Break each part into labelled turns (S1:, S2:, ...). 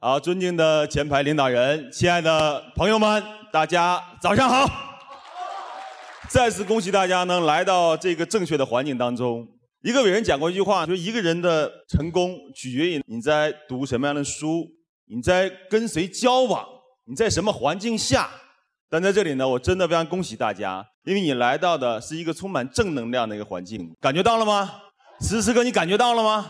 S1: 好，尊敬的前排领导人，亲爱的朋友们，大家早上好！再次恭喜大家能来到这个正确的环境当中。一个伟人讲过一句话，说一个人的成功取决于你在读什么样的书，你在跟谁交往，你在什么环境下。但在这里呢，我真的非常恭喜大家，因为你来到的是一个充满正能量的一个环境，感觉到了吗？此时此刻你感觉到了吗？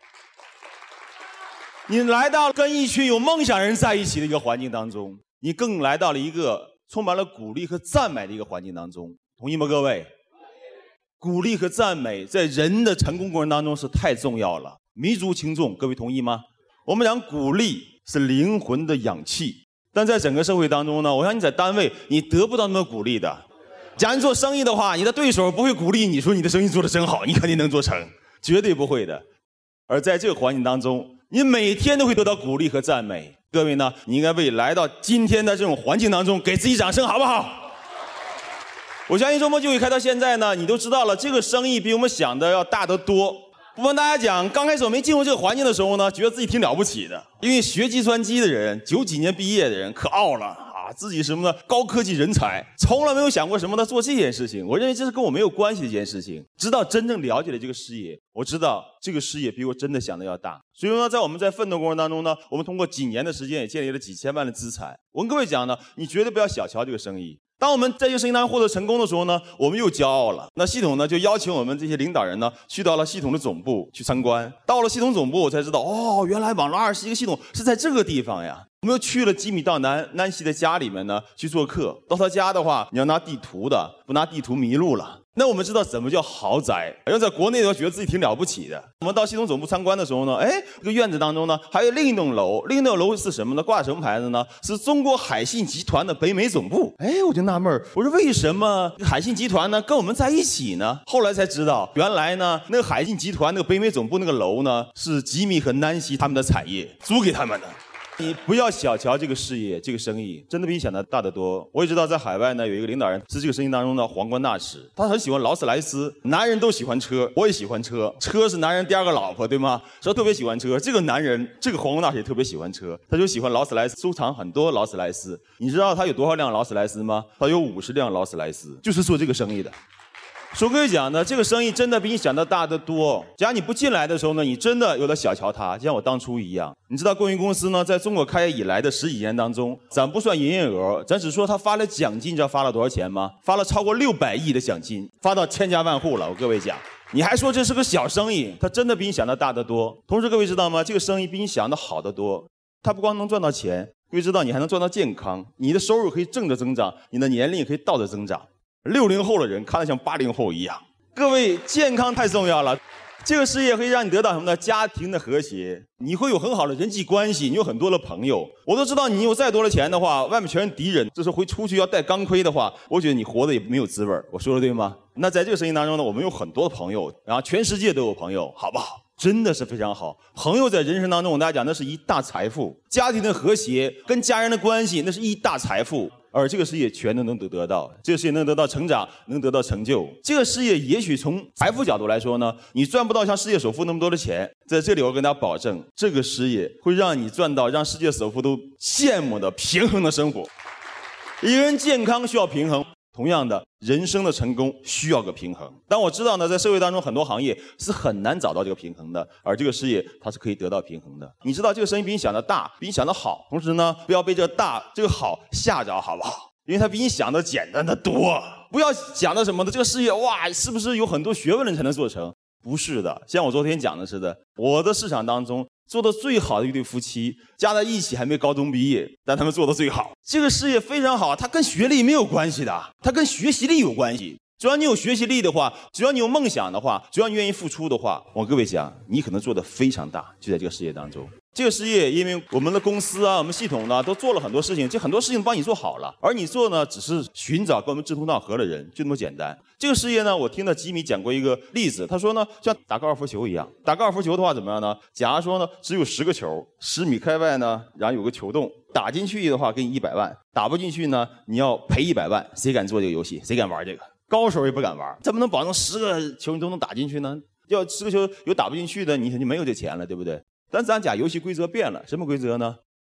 S1: 你来到跟一群有梦想人在一起的一个环境当中，你更来到了一个充满了鼓励和赞美的一个环境当中，同意吗，各位？鼓励和赞美在人的成功过程当中是太重要了，弥足轻重，各位同意吗？我们讲鼓励是灵魂的氧气，但在整个社会当中呢，我想你在单位你得不到那么鼓励的。假如你做生意的话，你的对手不会鼓励你说你的生意做得真好，你肯定能做成，绝对不会的。而在这个环境当中，你每天都会得到鼓励和赞美。各位呢，你应该为来到今天的这种环境当中给自己掌声，好不好？我相信周末就会开到现在呢，你都知道了，这个生意比我们想的要大得多。不瞒大家讲，刚开始我没进入这个环境的时候呢，觉得自己挺了不起的，因为学计算机的人，90几年毕业的人可傲了啊，自己什么的高科技人才，从来没有想过什么的做这件事情。我认为这是跟我没有关系的一件事情。直到真正了解了这个事业，我知道这个事业比我真的想的要大。所以说呢，在我们在奋斗过程当中呢，我们通过几年的时间也建立了几千万的资产。我跟各位讲呢，你绝对不要小瞧这个生意。当我们在这个生意当中获得成功的时候呢，我们又骄傲了。那系统呢就邀请我们这些领导人呢去到了系统的总部去参观。到了系统总部，我才知道，哦，原来网络21个系统是在这个地方呀。我们又去了吉米到南希的家里面呢去做客。到他家的话，你要拿地图的，不拿地图迷路了。那我们知道什么叫豪宅，要在国内的话觉得自己挺了不起的。我们到系统总部参观的时候呢，这个院子当中呢还有另一栋楼，另一栋楼是什么呢？挂什么牌子呢？是中国海信集团的北美总部。我就纳闷，我说为什么海信集团呢跟我们在一起呢？后来才知道，原来呢那个海信集团那个北美总部那个楼呢是吉米和南希他们的产业，租给他们的。你不要小瞧这个事业，这个生意真的比你想的大得多。我也知道在海外呢有一个领导人是这个生意当中的皇冠大使，他很喜欢劳斯莱斯。男人都喜欢车，我也喜欢车，车是男人第2个老婆，对吗？所以特别喜欢车。这个男人，这个皇冠大使也特别喜欢车，他就喜欢劳斯莱斯，收藏很多劳斯莱斯。你知道他有多少辆劳斯莱斯吗？他有50辆劳斯莱斯，就是做这个生意的。所以我跟你讲呢，这个生意真的比你想的大得多。假如你不进来的时候呢，你真的有点小瞧它，就像我当初一样。你知道共运公司呢，在中国开业以来的10几年当中，咱不算营业额，咱只说他发了奖金，你知道发了多少钱吗？发了超过600亿的奖金，发到千家万户了。我各位讲，你还说这是个小生意，它真的比你想的大得多。同时各位知道吗？这个生意比你想的好得多。它不光能赚到钱，各位知道你还能赚到健康，你的收入可以正着增长，你的年龄也可以倒着增长。60后的人看得像80后一样。各位，健康太重要了。这个事业可以让你得到什么呢？家庭的和谐，你会有很好的人际关系，你有很多的朋友。我都知道你有再多的钱的话，外面全是敌人，这时候会出去要带钢盔的话，我觉得你活得也没有滋味。我说的对吗？那在这个生意当中呢，我们有很多的朋友，然后全世界都有朋友，好不好？真的是非常好。朋友在人生当中，我跟大家讲，那是一大财富。家庭的和谐，跟家人的关系，那是一大财富。而这个事业全都能得到，这个事业能得到成长，能得到成就。这个事业也许从财富角度来说呢，你赚不到像世界首富那么多的钱，在这里我跟大家保证，这个事业会让你赚到让世界首富都羡慕的平衡的生活。一个人健康需要平衡，同样的，人生的成功需要个平衡。但我知道呢，在社会当中很多行业是很难找到这个平衡的，而这个事业它是可以得到平衡的。你知道这个生意比你想的大，比你想的好，同时呢，不要被这个大这个好吓着，好不好？因为它比你想的简单的多。不要想的什么的，这个事业哇，是不是有很多学问人才能做成？不是的，像我昨天讲的似的，我的市场当中做的最好的一对夫妻，加在一起还没高中毕业，但他们做的最好。这个事业非常好，它跟学历没有关系的，它跟学习力有关系。只要你有学习力的话，只要你有梦想的话，只要你愿意付出的话，我各位讲，你可能做得非常大，就在这个事业当中。这个事业，因为我们的公司啊，我们系统呢，都做了很多事情，这很多事情帮你做好了，而你做呢，只是寻找跟我们志同道合的人，就这么简单。这个事业呢，我听到吉米讲过一个例子，他说呢，像打高尔夫球一样，打高尔夫球的话怎么样呢？假如说呢，只有10个球，10米开外呢，然后有个球洞，打进去的话给你100万，打不进去呢，你要赔100万。谁敢做这个游戏？谁敢玩这个？高手也不敢玩，怎么能保证10个球你都能打进去呢？要10个球有打不进去的，你就没有这钱了，对不对？但咱讲游戏规则变了，什么规则呢？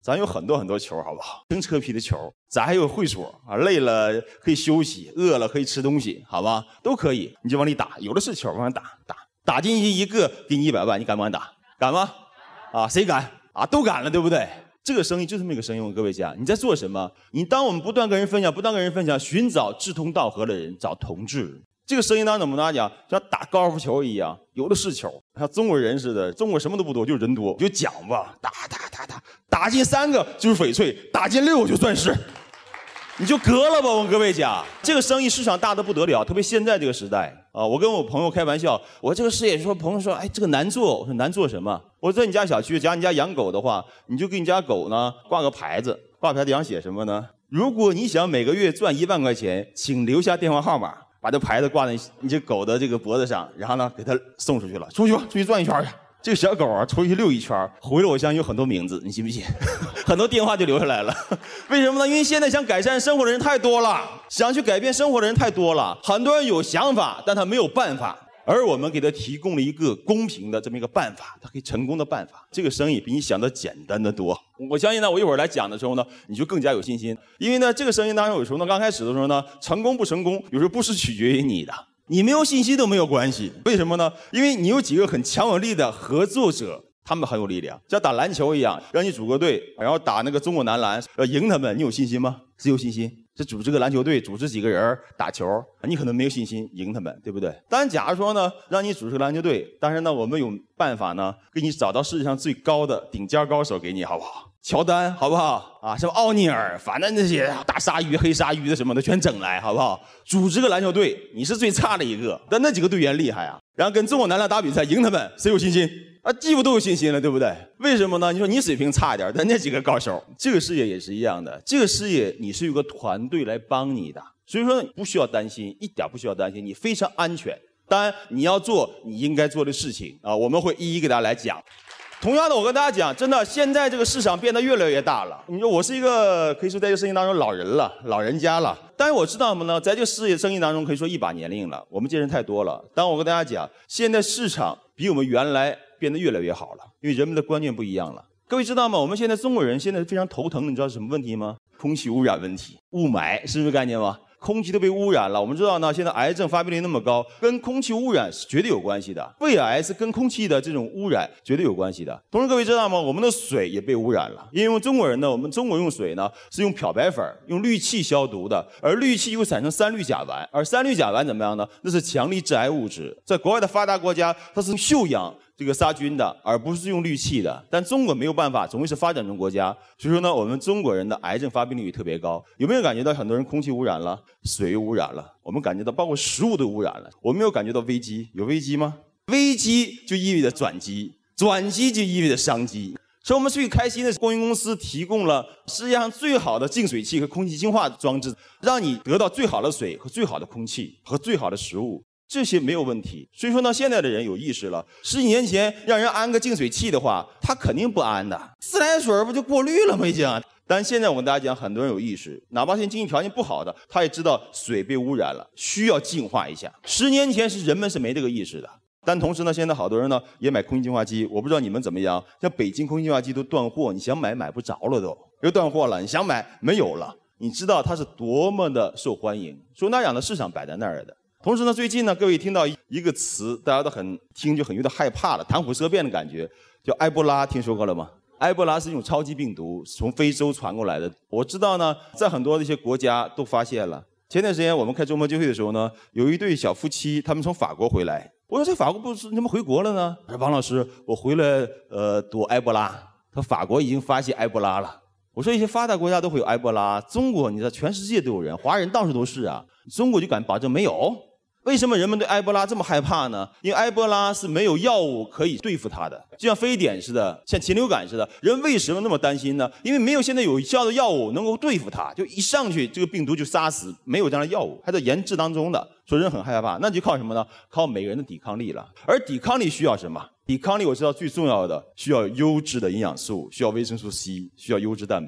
S1: 咱有很多球，好不好？轻车皮的球，咱还有会所啊，累了可以休息，饿了可以吃东西，好吧？都可以，你就往里打，有的是球，往里打进去一个给你100万，你敢不敢打？敢吗？啊，谁敢？啊，都敢了，对不对？这个生意就这么一个生意，我跟各位讲，你在做什么？你当我们不断跟人分享，寻找志同道合的人，找同志。这个生意当中，我们大家讲，像打高尔夫球一样，有的是球，像中国人似的，中国什么都不多，就是人多，就讲吧，打进3个就是翡翠，打进6个就钻石，你就割了吧。我跟各位讲，这个生意市场大得不得了，特别现在这个时代啊，我跟我朋友开玩笑，我这个事业说，朋友说，哎，这个难做，我说难做什么？我说在你家小区，假如你家养狗的话，你就给你家狗呢挂个牌子，挂牌子上写什么呢？如果你想每个月赚1万块钱，请留下电话号码。把这牌子挂在你这狗的这个脖子上，然后呢给它送出去了，出去转一圈去。这个小狗啊，出去溜一圈，回来我相信有很多名字，你信不信？很多电话就留下来了。为什么呢？因为现在想改善生活的人太多了，想去改变生活的人太多了，很多人有想法，但他没有办法。而我们给他提供了一个公平的这么一个办法，他可以成功的办法。这个生意比你想的简单的多。我相信呢，我一会儿来讲的时候呢，你就更加有信心。因为呢，这个生意当中有时候呢，刚开始的时候呢，成功不成功，有时候不是取决于你的，你没有信心都没有关系。为什么呢？因为你有几个很强有力的合作者。他们很有力量，像打篮球一样，让你组个队，然后打那个中国男篮，赢他们，你有信心吗？是有信心。是组织个篮球队，组织几个人打球，你可能没有信心赢他们，对不对？当然，假如说呢，让你组织个篮球队，但是呢，我们有办法呢，给你找到世界上最高的顶尖高手给你，好不好？乔丹，好不好？啊，什么奥尼尔，反正那些大鲨鱼、黑鲨鱼的什么的全整来，好不好？组织个篮球队，你是最差的一个，但那几个队员厉害啊，然后跟中国男篮打比赛赢他们，谁有信心？啊，几乎都有信心了，对不对？为什么呢？你说你水平差一点，但那几个高手，这个事业也是一样的。这个事业你是有个团队来帮你的，所以说不需要担心，一点不需要担心，你非常安全。当然，你要做你应该做的事情啊，我们会一一给大家来讲。同样的，我跟大家讲，真的，现在这个市场变得越来越大了。你说我是一个可以说在这个生意当中老人了，老人家了。但是我知道什么呢？在这个事业生意当中，可以说一把年龄了，我们见人太多了。当我跟大家讲，现在市场比我们原来变得越来越好了，因为人们的观念不一样了。各位知道吗？我们现在中国人现在非常头疼，你知道是什么问题吗？空气污染问题，雾霾，是不是概念吗？空气都被污染了。我们知道呢，现在癌症发病率那么高，跟空气污染是绝对有关系的。肺癌是跟空气的这种污染绝对有关系的。同时，各位知道吗？我们的水也被污染了。因为中国人呢，我们中国用水呢是用漂白粉、用氯气消毒的，而氯气又产生3氯甲烷，而3氯甲烷怎么样呢？那是强力致癌物质。在国外的发达国家，它是溴氧这个杀菌的，而不是用氯气的。但中国没有办法，总归是发展中国家，所以说呢，我们中国人的癌症发病率特别高。有没有感觉到很多人空气污染了，水污染了？我们感觉到包括食物都污染了。我没有感觉到危机，有危机吗？危机就意味着转机，转机就意味着商机。所以我们最开心的是，供应公司提供了世界上最好的净水器和空气净化装置，让你得到最好的水和最好的空气和最好的食物。这些没有问题。所以说呢，现在的人有意识了。10几年前让人安个净水器的话，他肯定不安的。自来水不就过滤了吗？已经。但现在我跟大家讲，很多人有意识，哪怕现在经济条件不好的，他也知道水被污染了，需要净化一下。10年前是人们是没这个意识的。但同时呢，现在好多人呢也买空气净化机。我不知道你们怎么样，像北京空气净化机都断货，你想买买不着了都，又断货了，你想买没有了。你知道它是多么的受欢迎，所以那样的市场摆在那儿的。同时呢，最近呢，各位听到一个词，大家都听就很有点害怕了，谈虎色变的感觉，叫埃博拉，听说过了吗？埃博拉是一种超级病毒，从非洲传过来的。我知道呢，在很多的一些国家都发现了。前段时间我们开周末聚会的时候呢，有一对小夫妻，他们从法国回来。我说在法国不是你怎么回国了呢？他说王老师，我回来躲埃博拉。他法国已经发现埃博拉了。我说一些发达国家都会有埃博拉，中国你知道全世界都有人，华人到处都是啊，中国就敢保证没有？为什么人们对埃博拉这么害怕呢？因为埃博拉是没有药物可以对付它的，就像非典似的，像禽流感似的。人为什么那么担心呢？因为没有现在有效的药物能够对付它，就一上去这个病毒就杀死，没有这样的药物，还在研制当中的，所以人很害怕。那就靠什么呢？靠每个人的抵抗力了。而抵抗力需要什么？抵抗力我知道最重要的需要优质的营养素，需要维生素 C， 需要优质蛋白。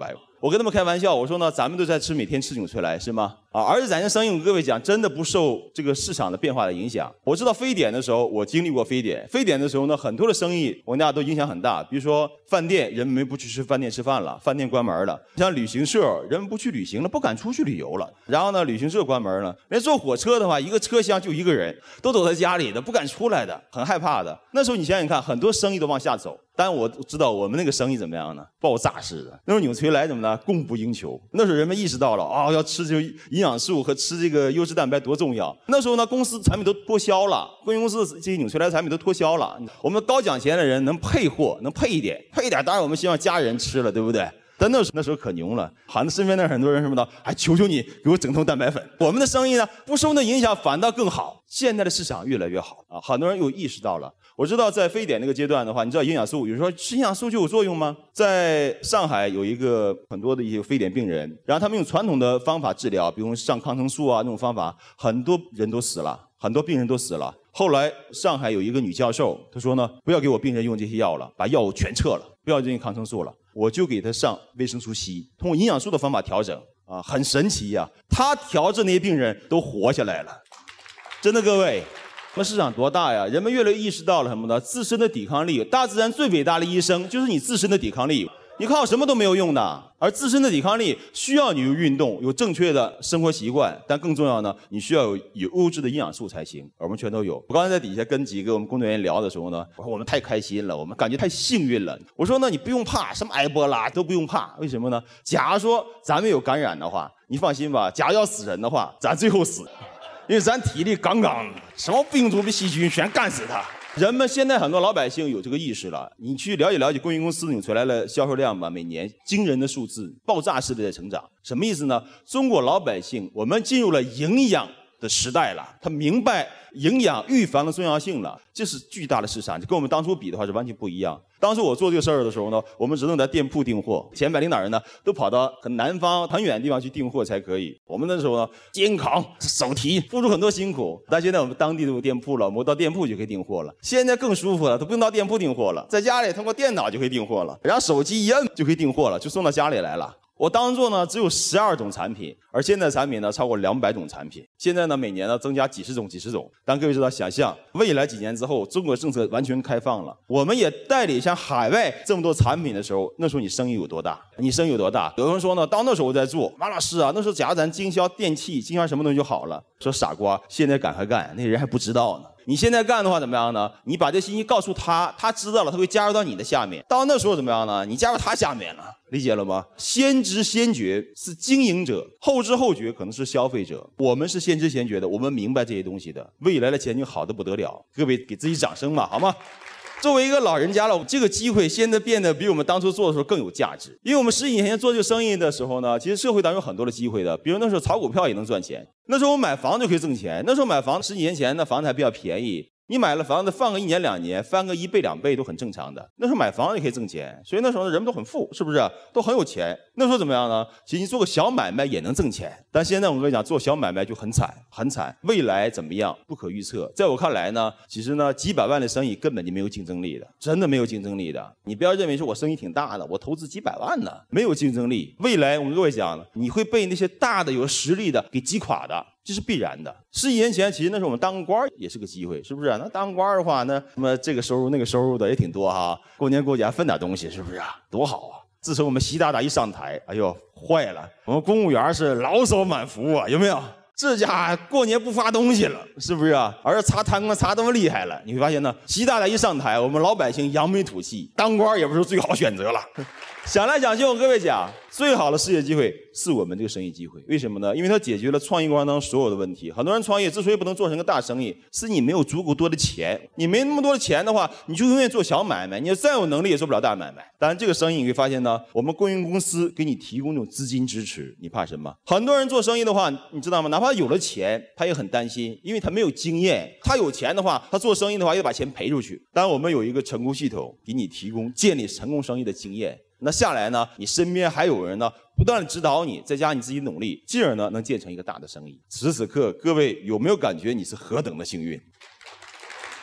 S1: 我跟他们开玩笑，我说呢，咱们都在每天吃纽崔莱是吗？而且咱这生意，我跟各位讲，真的不受这个市场的变化的影响。我知道非典的时候，我经历过非典。非典的时候呢，很多的生意我跟大家都影响很大。比如说饭店，人们不去饭店吃饭了，饭店关门了；像旅行社，人们不去旅行了，不敢出去旅游了。然后呢，旅行社关门了，连坐火车的话，一个车厢就一个人，都躲在家里的，不敢出来的，很害怕的。那时候你想想看，很多生意都往下走。但我知道我们那个生意怎么样呢？爆炸式的。那时候纽崔莱怎么呢？供不应求。那时候人们意识到了要吃这个营养素和吃这个优质蛋白多重要。那时候呢，公司产品都脱销了，供应公司这些纽崔莱产品都脱销了。我们高奖钱的人能配货，能配一点，当然我们希望家人吃了，对不对？但那时候可牛了，喊身边的很多人什么的，求求你给我整桶蛋白粉。我们的生意呢，不受那影响，反倒更好。现在的市场越来越好很多人又意识到了。我知道在非典那个阶段的话，你知道营养素，有人说吃营养素就有作用吗？在上海有一个很多的一些非典病人，然后他们用传统的方法治疗，比如上抗生素那种方法，很多人都死了，很多病人都死了。后来上海有一个女教授，她说呢，不要给我病人用这些药了，把药物全撤了，不要用抗生素了，我就给他上维生素 C， 通过营养素的方法调整很神奇呀。他调治那些病人都活下来了，真的各位。我们市场多大呀？人们越来越意识到了什么呢？自身的抵抗力。大自然最伟大的医生就是你自身的抵抗力。你靠什么都没有用的，而自身的抵抗力需要你有运动，有正确的生活习惯，但更重要呢，你需要有优质的营养素才行。我们全都有。我刚才在底下跟几个我们工作人员聊的时候呢，我说我们太开心了，我们感觉太幸运了。我说呢，你不用怕，什么埃博拉都不用怕，为什么呢？假如说咱们有感染的话，你放心吧，假如要死人的话，咱最后死。因为咱体力杠杠的，什么病毒、细菌全干死它。人们现在很多老百姓有这个意识了，你去了解供应公司纽崔莱的销售量吧，每年惊人的数字，爆炸式的在成长。什么意思呢？中国老百姓我们进入了营养的时代了，他明白营养预防的重要性了，这是巨大的市场，就跟我们当初比的话是完全不一样。当时我做这个事儿的时候呢，我们只能在店铺订货，前100领导人呢都跑到很南方很远的地方去订货才可以。我们那时候呢肩扛手提，付出很多辛苦，但现在我们当地都有店铺了，我们到店铺就可以订货了。现在更舒服了，都不用到店铺订货了，在家里通过电脑就可以订货了，然后手机一摁就可以订货了，就送到家里来了。我当做呢只有12种产品，而现在产品呢超过200种产品。现在呢每年呢增加几十种。但各位知道，想象未来几年之后，中国政策完全开放了，我们也代理像海外这么多产品的时候，那时候你生意有多大？你生意有多大？有人说呢，到那时候我在做，马老师啊，那时候假如咱经销电器，经销什么东西就好了。说傻瓜，现在赶快干，那人还不知道呢。你现在干的话怎么样呢？你把这信息告诉他，他知道了，他会加入到你的下面。到那时候怎么样呢？你加入他下面了，理解了吗？先知先觉是经营者，后知后觉可能是消费者。我们是先知先觉的，我们明白这些东西的，未来的前景好得不得了。各位给自己掌声吧，好吗？作为一个老人家了，这个机会现在变得比我们当初做的时候更有价值。因为我们10几年前做这个生意的时候呢，其实社会当中有很多的机会的，比如那时候炒股票也能赚钱，那时候我买房就可以挣钱。那时候买房10几年前的房子还比较便宜，你买了房子放个1年2年，翻个1倍2倍都很正常的。那时候买房也可以挣钱，所以那时候人们都很富，是不是？都很有钱。那时候怎么样呢？其实你做个小买卖也能挣钱，但现在我跟你讲，做小买卖就很惨，很惨。未来怎么样不可预测。在我看来呢，其实呢，几百万的生意根本就没有竞争力的，真的没有竞争力的。你不要认为说我生意挺大的，我投资几百万呢，没有竞争力。未来我跟各位讲，你会被那些大的有实力的给击垮的。这是必然的。10几年前，其实那时候我们当个官也是个机会，是不是？那当个官的话，那么这个收入那个收入的也挺多哈。过年过节分点东西，是不是啊？多好啊！自从我们习大大一上台，哎呦，坏了，我们公务员是牢骚满腹啊，有没有？这家过年不发东西了，是不是啊？而且查贪官查这么厉害了，你会发现呢，习大大一上台，我们老百姓扬眉吐气，当官也不是最好选择了。想来想去，我跟各位讲，最好的事业机会是我们这个生意机会。为什么呢？因为它解决了创业过程当中所有的问题。很多人创业之所以不能做成个大生意，是你没有足够多的钱。你没那么多的钱的话，你就永远做小买卖。你再有能力也做不了大买卖。当然，这个生意你会发现呢，我们供应公司给你提供这种资金支持，你怕什么？很多人做生意的话，你知道吗？哪怕有了钱，他也很担心，因为他没有经验。他有钱的话，他做生意的话，又把钱赔出去。当然，我们有一个成功系统，给你提供建立成功生意的经验。那下来呢，你身边还有人呢，不断的指导你，再加上你自己努力，进而呢能建成一个大的生意。此时此刻，各位有没有感觉你是何等的幸运？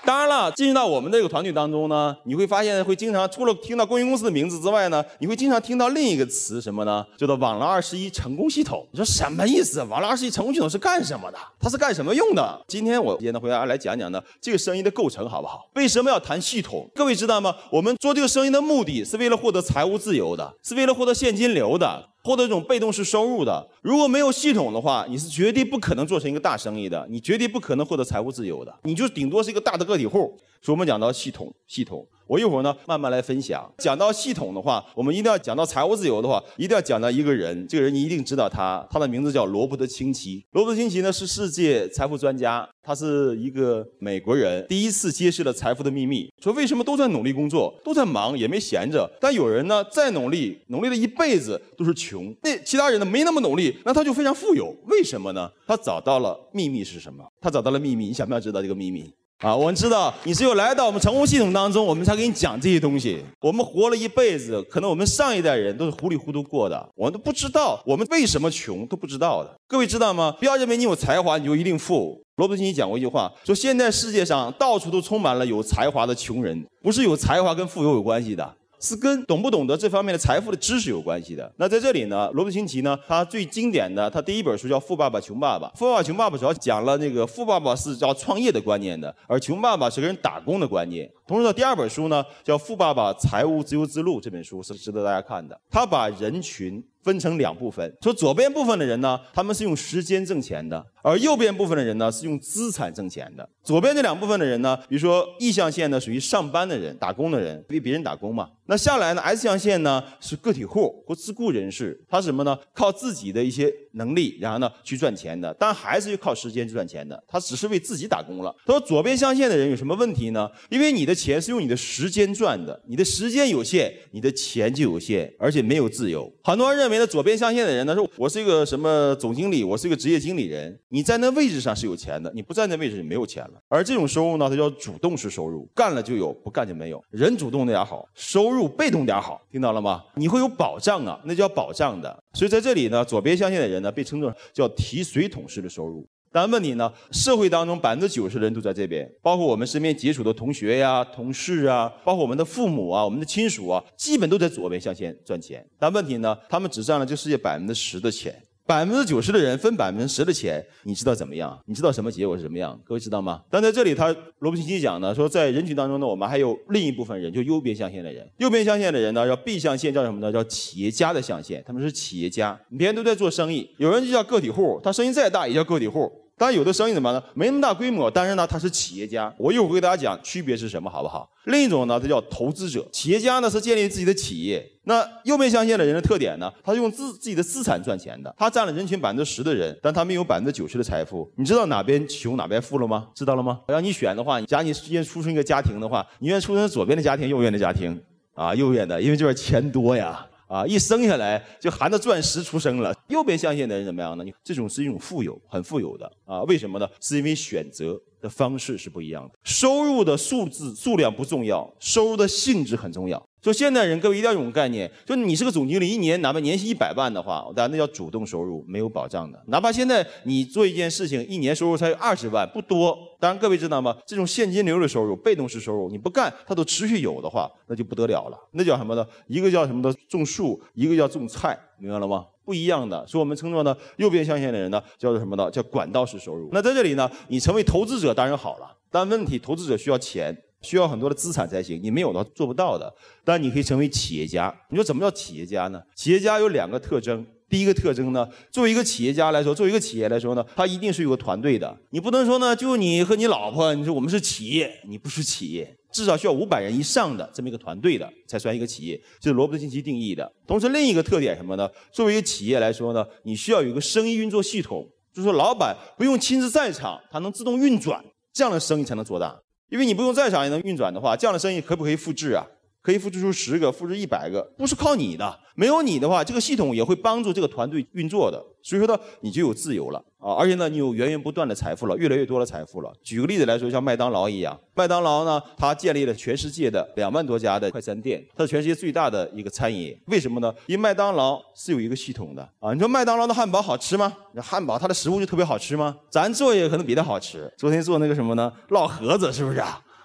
S1: 当然了，进入到我们这个团队当中呢，你会发现会经常除了听到供应公司的名字之外呢，你会经常听到另一个词什么呢？叫做网络21成功系统。你说什么意思？网络21成功系统是干什么的？它是干什么用的？今天我会大家来讲讲呢这个生意的构成好不好？为什么要谈系统？各位知道吗？我们做这个生意的目的是为了获得财务自由的，是为了获得现金流的。获得这种被动式收入的，如果没有系统的话，你是绝对不可能做成一个大生意的，你绝对不可能获得财务自由的，你就顶多是一个大的个体户。所以我们讲到系统，我一会儿呢慢慢来分享。讲到系统的话，我们一定要讲到财务自由的话，一定要讲到一个人，这个人你一定知道他的名字叫罗伯特清崎。罗伯特清崎呢是世界财富专家，他是一个美国人，第一次揭示了财富的秘密，说为什么都在努力工作，都在忙，也没闲着，但有人呢再努力了一辈子都是穷，那其他人呢没那么努力，那他就非常富有，为什么呢？他找到了秘密是什么？他找到了秘密，你想不想知道这个秘密？我们知道，你只有来到我们成功系统当中，我们才给你讲这些东西。我们活了一辈子，可能我们上一代人都是糊里糊涂过的，我们都不知道我们为什么穷，都不知道的。各位知道吗？不要认为你有才华你就一定富。罗伯特清崎讲过一句话，说现在世界上到处都充满了有才华的穷人，不是有才华跟富有关系的，是跟懂不懂得这方面的财富的知识有关系的。那在这里呢，罗伯特清崎呢，他最经典的，他第一本书叫《富爸爸穷爸爸》。《富爸爸穷爸爸》主要讲了那个富爸爸是叫创业的观念的，而穷爸爸是给人打工的观念。同时呢，第二本书呢叫《富爸爸财务自由之路》，这本书是值得大家看的。他把人群分成两部分，说左边部分的人呢，他们是用时间挣钱的，而右边部分的人呢是用资产挣钱的。左边这两部分的人呢，比如说 E 象限呢属于上班的人，打工的人，为别人打工嘛。那下来呢 S 象限呢是个体户或自雇人士，他是什么呢？靠自己的一些能力，然后呢去赚钱的，当然还是靠时间去赚钱的，他只是为自己打工了。他说左边象限的人有什么问题呢？因为你的钱是用你的时间赚的，你的时间有限，你的钱就有限，而且没有自由。很多人认为呢，左边象限的人呢说我是一个什么总经理，我是一个职业经理人，你在那位置上是有钱的，你不在那位置就没有钱了。而这种收入呢，它叫主动式收入，干了就有，不干就没有。人主动点好，收入被动点好，听到了吗？你会有保障啊，那叫保障的。所以在这里呢，左边象限的人呢被称作叫提水桶式的收入。但问题呢，社会当中90%的人都在这边，包括我们身边接触的同学呀、同事啊，包括我们的父母啊、我们的亲属啊，基本都在左边象限赚钱。但问题呢，他们只占了这世界10%的钱。90%的人分10%的钱，你知道怎么样？你知道什么结果是什么样？各位知道吗？但在这里，罗伯特清崎讲呢，说在人群当中呢，我们还有另一部分人，就右边象限的人。右边象限的人呢，叫 B 象限，叫什么呢？叫企业家的象限。他们是企业家，别人都在做生意，有人就叫个体户，他生意再大也叫个体户。当然，有的生意怎么呢？没那么大规模，但是呢，他是企业家。我一会儿给大家讲区别是什么，好不好？另一种呢，它叫投资者。企业家呢是建立自己的企业。那右边象限的人的特点呢，他是用自己的资产赚钱的。他占了人群10%的人，但他没有90%的财富。你知道哪边穷哪边富了吗？知道了吗？让你选的话，假如你愿意出生一个家庭的话，你愿意出生左边的家庭，右边的家庭？右边的，因为这边钱多呀。一生下来就含着钻石出生了。右边象限的人怎么样呢？这种是一种富有，很富有的为什么呢？是因为选择的方式是不一样的。收入的数量不重要，收入的性质很重要。就现代人，各位一定要有种概念，就你是个总经理，一年哪怕年薪100万的话，当然那叫主动收入，没有保障的。哪怕现在你做一件事情，一年收入才20万，不多。当然各位知道吗？这种现金流的收入、被动式收入，你不干它都持续有的话，那就不得了了。那叫什么呢？一个叫什么的种树，一个叫种菜，明白了吗？不一样的。所以我们称作呢，右边象限的人呢，叫做什么呢？叫管道式收入。那在这里呢，你成为投资者当然好了，但问题投资者需要钱。需要很多的资产才行，你没有的话做不到的。但你可以成为企业家。你说怎么叫企业家呢？企业家有2个特征。第一个特征呢，作为一个企业家来说，作为一个企业来说呢，他一定是有个团队的。你不能说呢，就你和你老婆，你说我们是企业，你不是企业，至少需要500人以上的这么一个团队的，才算一个企业。这是罗伯特清崎定义的。同时，另一个特点什么呢？作为一个企业来说呢，你需要有一个生意运作系统，就是说老板不用亲自在场，他能自动运转，这样的生意才能做大。因为你不用在场也能运转的话，这样的生意可不可以复制啊？可以复制出10个，复制100个，不是靠你的。没有你的话，这个系统也会帮助这个团队运作的。所以说呢，你就有自由了而且呢，你有源源不断的财富了，越来越多的财富了。举个例子来说，像麦当劳一样，麦当劳呢，它建立了全世界的2万多家的快餐店，它是全世界最大的一个餐饮业。为什么呢？因为麦当劳是有一个系统的你说麦当劳的汉堡好吃吗？汉堡它的食物就特别好吃吗？咱做也可能比它好吃。昨天做那个什么呢？烙盒子是不是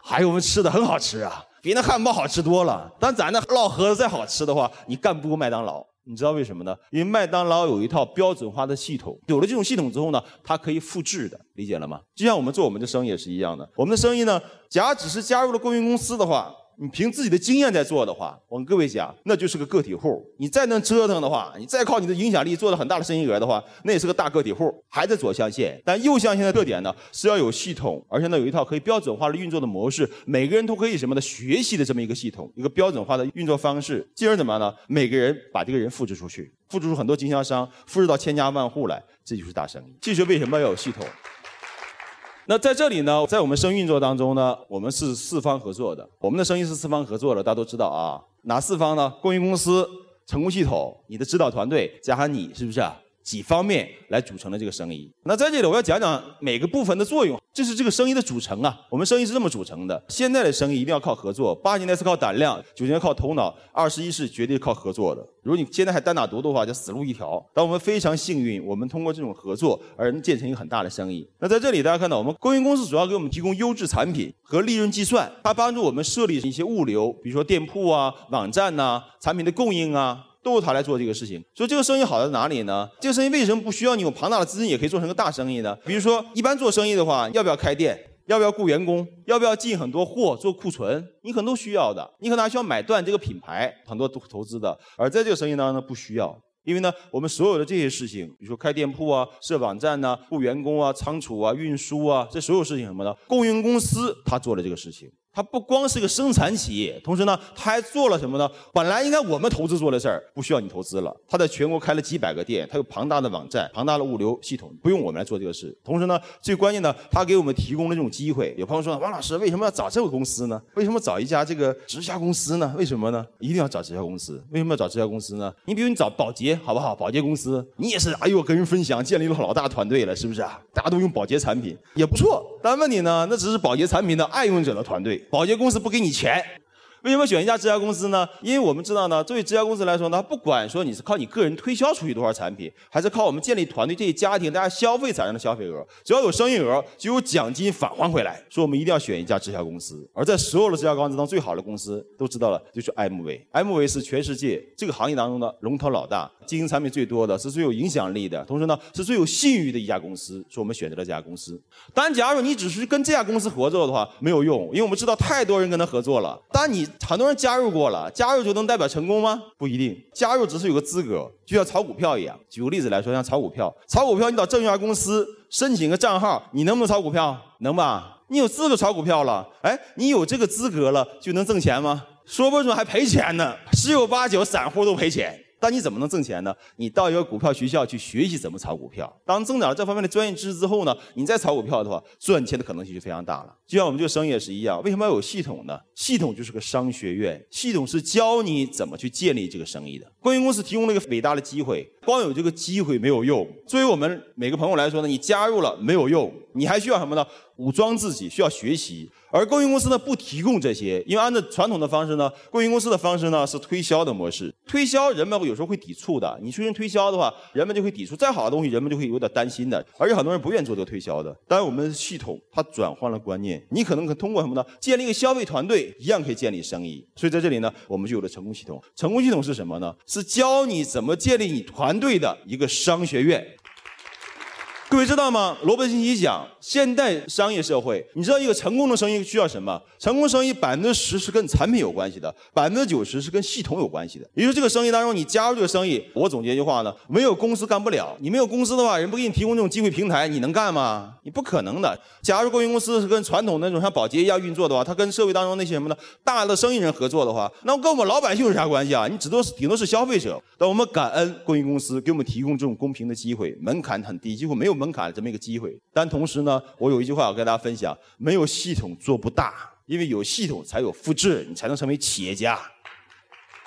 S1: 还有我们吃的很好吃啊，比那汉堡好吃多了。但咱那烙盒子再好吃的话，你干不过麦当劳。你知道为什么呢？因为麦当劳有一套标准化的系统，有了这种系统之后呢，它可以复制的，理解了吗？就像我们做我们的生意也是一样的。我们的生意呢，假如只是加入了供应公司的话，你凭自己的经验在做的话，我跟各位讲，那就是个个体户。你再能折腾的话，你再靠你的影响力做了很大的生意额的话，那也是个大个体户，还在左象限。但右象限的特点呢，是要有系统，而且呢有一套可以标准化的运作的模式，每个人都可以什么的学习的这么一个系统，一个标准化的运作方式，进而怎么样呢？每个人把这个人复制出去，复制出很多经销商，复制到千家万户来，这就是大生意。这就是为什么要有系统。那在这里呢，在我们生意运作当中呢，我们是四方合作的。我们的生意是四方合作的，大家都知道啊。哪四方呢？供应公司、成功系统、你的指导团队加上你，是不是啊？几方面来组成了这个生意。那在这里我要讲讲每个部分的作用，这是这个生意的组成啊。我们生意是这么组成的。现在的生意一定要靠合作，80年代是靠胆量，90年代靠头脑，21世绝对靠合作的。如果你现在还单打独斗的话，就死路一条。但我们非常幸运，我们通过这种合作而能建成一个很大的生意。那在这里大家看到，我们供应公司主要给我们提供优质产品和利润计算，它帮助我们设立一些物流，比如说店铺啊、网站呐、产品的供应啊。都是他来做这个事情，所以这个生意好在哪里呢？这个生意为什么不需要你有庞大的资金也可以做成个大生意呢？比如说，一般做生意的话，要不要开店？要不要雇员工？要不要进很多货做库存？你可能都需要的，你可能还需要买断这个品牌，很多都投资的。而在这个生意当中呢，不需要。因为呢，我们所有的这些事情，比如说开店铺啊、设网站呐、雇员工啊、仓储啊、运输啊，这所有事情什么的，供应公司他做了这个事情。它不光是个生产企业，同时呢，它还做了什么呢？本来应该我们投资做的事儿，不需要你投资了。它在全国开了几百个店，它有庞大的网站、庞大的物流系统，不用我们来做这个事。同时呢，最关键的，它给我们提供了这种机会。有朋友说，王老师为什么要找这个公司呢？为什么找一家这个直销公司呢？为什么呢？一定要找直销公司。为什么要找直销公司呢？你比如你找宝洁，好不好？宝洁公司，你也是，哎呦，跟人分享，建立了老大团队了，是不是啊？大家都用宝洁产品，也不错。但问题呢，那只是宝洁产品的爱用者的团队，宝洁公司不给你钱。为什么选一家直销公司呢？因为我们知道呢，作为直销公司来说呢，不管说你是靠你个人推销出去多少产品，还是靠我们建立团队这些家庭大家消费产生的消费额，只要有生意额，就有奖金返还回来。所以我们一定要选一家直销公司。而在所有的直销公司当中，最好的公司都知道了，就是 MV。MV 是全世界这个行业当中的龙头老大，经营产品最多的，是最有影响力的，同时呢是最有信誉的一家公司，所以我们选择了这家公司。当然，假如你只是跟这家公司合作的话，没有用，因为我们知道太多人跟他合作了。当然你很多人加入过了，加入就能代表成功吗？不一定，加入只是有个资格，就像炒股票一样。举个例子来说，像炒股票，你到证券公司申请个账号，你能不能炒股票？能吧？你有资格炒股票了，哎，你有这个资格了，就能挣钱吗？说不准还赔钱呢，十有八九散户都赔钱。但你怎么能挣钱呢？你到一个股票学校去学习怎么炒股票。当增长了这方面的专业知识之后呢，你再炒股票的话，赚钱的可能性就非常大了。就像我们这个生意也是一样，为什么要有系统呢？系统就是个商学院，系统是教你怎么去建立这个生意的。供应公司提供了一个伟大的机会，光有这个机会没有用。作为我们每个朋友来说呢，你加入了没有用，你还需要什么呢？武装自己，需要学习。而供应公司呢不提供这些，因为按照传统的方式呢，供应公司的方式呢是推销的模式。推销人们有时候会抵触的，你出现推销的话，人们就会抵触。再好的东西，人们就会有点担心的，而且很多人不愿意做这个推销的。当然，我们的系统它转换了观念，你可能通过什么呢？建立一个消费团队，一样可以建立生意。所以在这里呢，我们就有了成功系统。成功系统是什么呢？是教你怎么建立你团队的一个商学院。各位知道吗？罗伯特清崎讲，现代商业社会，你知道一个成功的生意需要什么？成功生意10%是跟产品有关系的，90%是跟系统有关系的。也就是这个生意当中，你加入这个生意，我总结一句话呢：没有公司干不了。你没有公司的话，人不给你提供这种机会平台，你能干吗？你不可能的。假如供应公司是跟传统的那种像宝洁一样运作的话，它跟社会当中那些什么呢大的生意人合作的话，那跟我们老百姓有啥关系啊？你顶多是消费者。但我们感恩供应公司给我们提供这种公平的机会，门槛很低，几乎没有门槛的这么一个机会。但同时呢，我有一句话要跟大家分享：没有系统做不大，因为有系统才有复制，你才能成为企业家。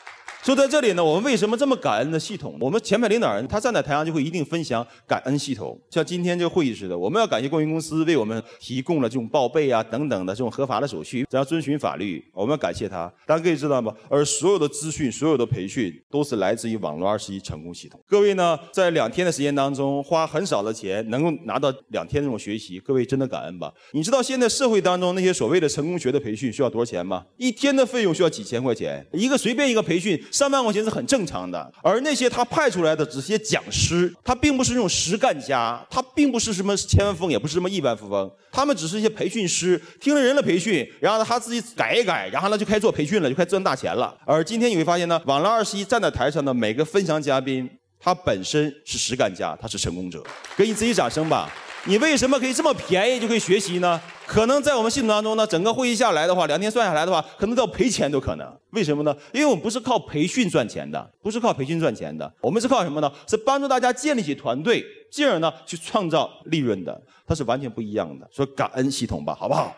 S1: 说在这里呢，我们为什么这么感恩的系统？我们前排领导人他站在台上就会一定分享感恩系统，像今天这个会议似的，我们要感谢公营公司为我们提供了这种报备啊等等的这种合法的手续，只要遵循法律，我们要感谢他。大家可以知道吗？而所有的资讯、所有的培训都是来自于网络21成功系统。各位呢，在2天的时间当中，花很少的钱能够拿到2天这种学习，各位真的感恩吧？你知道现在社会当中那些所谓的成功学的培训需要多少钱吗？1天的费用需要几千块钱，随便一个培训3万块钱是很正常的。而那些他派出来的只是些讲师，他并不是那种实干家，他并不是什么千万富翁，也不是什么亿万富翁，他们只是一些培训师，听了人的培训，然后呢他自己改一改，然后呢就开始做培训了，就开始赚大钱了。而今天你会发现呢，网络21站在台上的每个分享嘉宾，他本身是实干家，他是成功者，给你自己掌声吧。你为什么可以这么便宜就可以学习呢？可能在我们系统当中呢，整个会议下来的话，2天算下来的话，可能都要赔钱都可能。为什么呢？因为我们不是靠培训赚钱的，不是靠培训赚钱的，我们是靠什么呢？是帮助大家建立起团队，进而呢去创造利润的，它是完全不一样的。说感恩系统吧，好不好？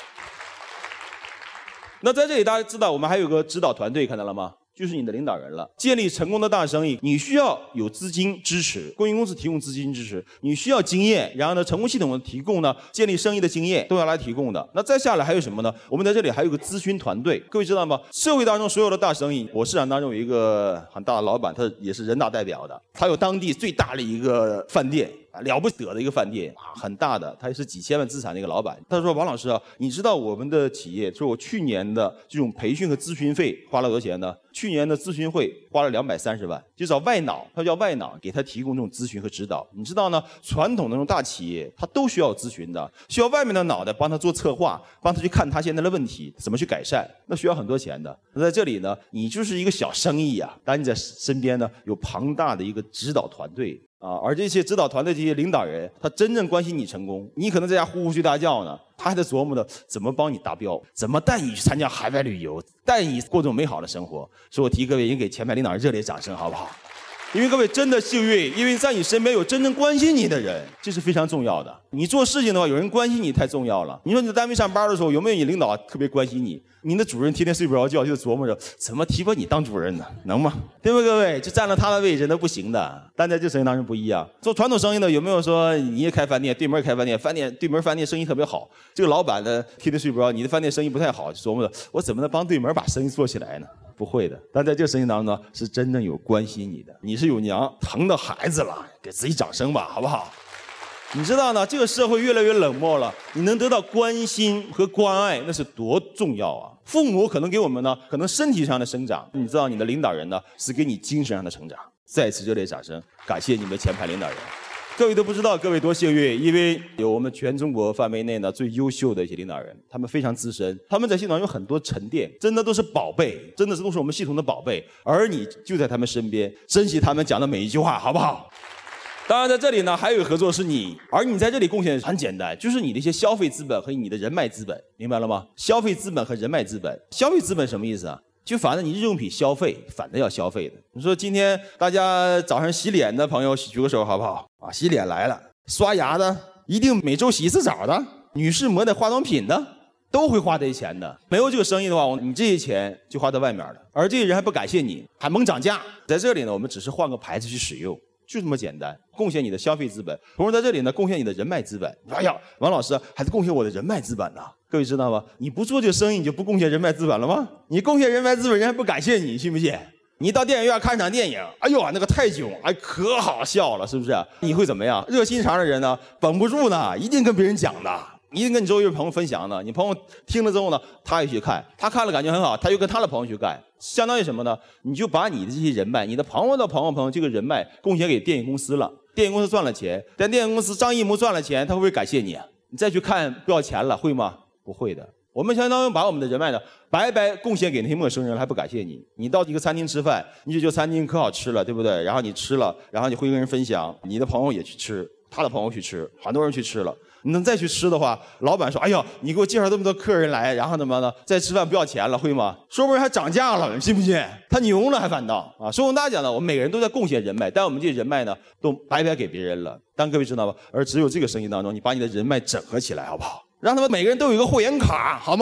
S1: 那在这里大家知道，我们还有个指导团队，看到了吗？就是你的领导人了。建立成功的大生意，你需要有资金支持，公营公司提供资金支持，你需要经验，然后呢，成功系统的提供呢，建立生意的经验都要来提供的。那再下来还有什么呢？我们在这里还有个咨询团队，各位知道吗？社会当中所有的大生意，我市场当中有一个很大的老板，他也是人大代表的，他有当地最大的一个饭店。了不得的一个饭店啊，很大的，他也是几千万资产的一个老板。他说：“王老师啊，你知道我们的企业，说我去年的这种培训和咨询费花了多少钱呢？去年的咨询费花了230万，就找外脑，他叫外脑给他提供这种咨询和指导。你知道呢，传统的那种大企业，他都需要咨询的，需要外面的脑袋帮他做策划，帮他去看他现在的问题怎么去改善，那需要很多钱的。那在这里呢，你就是一个小生意啊，但你在身边呢有庞大的一个指导团队。”而这些指导团队这些领导人，他真正关心你成功，你可能在家呼呼睡大觉呢，他还在琢磨着怎么帮你达标，怎么带你去参加海外旅游，带你过这种美好的生活。所以我提各位，也给前排领导人热烈掌声，好不好？因为各位真的幸运，因为在你身边有真正关心你的人，这是非常重要的。你做事情的话，有人关心你太重要了。你说你在单位上班的时候，有没有你领导特别关心你？你的主任天天睡不着觉，就琢磨着怎么提拔你当主任呢？能吗？对不对，各位？就占了他的位置那不行的。但在这生意当中不一样。做传统生意的有没有说你也开饭店，对门开饭店，对门饭店生意特别好，这个老板呢天天睡不着，你的饭店生意不太好，就琢磨着我怎么能帮对门把生意做起来呢？不会的。但在这个生意当中呢，是真正有关心你的，你是有娘疼的孩子了，给自己掌声吧，好不好？你知道呢，这个社会越来越冷漠了，你能得到关心和关爱，那是多重要啊！父母可能给我们呢，可能身体上的生长，你知道你的领导人呢，是给你精神上的成长。再次热烈掌声，感谢你们前排领导人。各位都不知道，各位多幸运，因为有我们全中国范围内呢最优秀的一些领导人，他们非常资深，他们在系统上有很多沉淀，真的都是宝贝，真的是都是我们系统的宝贝，而你就在他们身边，珍惜他们讲的每一句话，好不好？当然，在这里呢，还有一个合作是你，而你在这里贡献很简单，就是你的一些消费资本和你的人脉资本，明白了吗？消费资本和人脉资本，消费资本什么意思啊？就反正你日用品消费，反正要消费的。你说今天大家早上洗脸的朋友举个手好不好？啊，洗脸来了，刷牙的一定每周洗1次澡的，女士抹点化妆品的，都会花这些钱的。没有这个生意的话，你这些钱就花在外面了，而这些人还不感谢你，还猛涨价。在这里呢，我们只是换个牌子去使用。就这么简单，贡献你的消费资本，同时在这里呢，贡献你的人脉资本。哎呀，王老师还是贡献我的人脉资本呢？各位知道吗？你不做这个生意，你就不贡献人脉资本了吗？你贡献人脉资本，人还不感谢你，信不信？你到电影院看场电影，哎呦，那个泰囧，哎，可好笑了，是不是？你会怎么样？热心肠的人呢，绷不住呢，一定跟别人讲的。一定跟你周围朋友分享的，你朋友听了之后呢，他也去看，他看了感觉很好，他又跟他的朋友去干，相当于什么呢？你就把你的这些人脉，你的朋友的朋友这个人脉贡献给电影公司了，电影公司赚了钱，但电影公司张艺谋赚了钱，他会不会感谢你？你再去看不要钱了，会吗？不会的。我们相当于把我们的人脉呢，白白贡献给那些陌生人了，还不感谢你。你到一个餐厅吃饭，你就觉得餐厅可好吃了，对不对？然后你吃了，然后你会跟人分享，你的朋友也去吃，他的朋友去吃，很多人去吃了。你能再去吃的话，老板说：“哎呦，你给我介绍这么多客人来，然后怎么呢？再吃饭不要钱了，会吗？说不定还涨价了，你信不信？他牛了还反倒啊！所以我跟大家讲呢，我们每个人都在贡献人脉，但我们这些人脉呢，都白白给别人了。但各位知道吗？而只有这个生意当中，你把你的人脉整合起来，好不好？让他们每个人都有一个会员卡，好吗？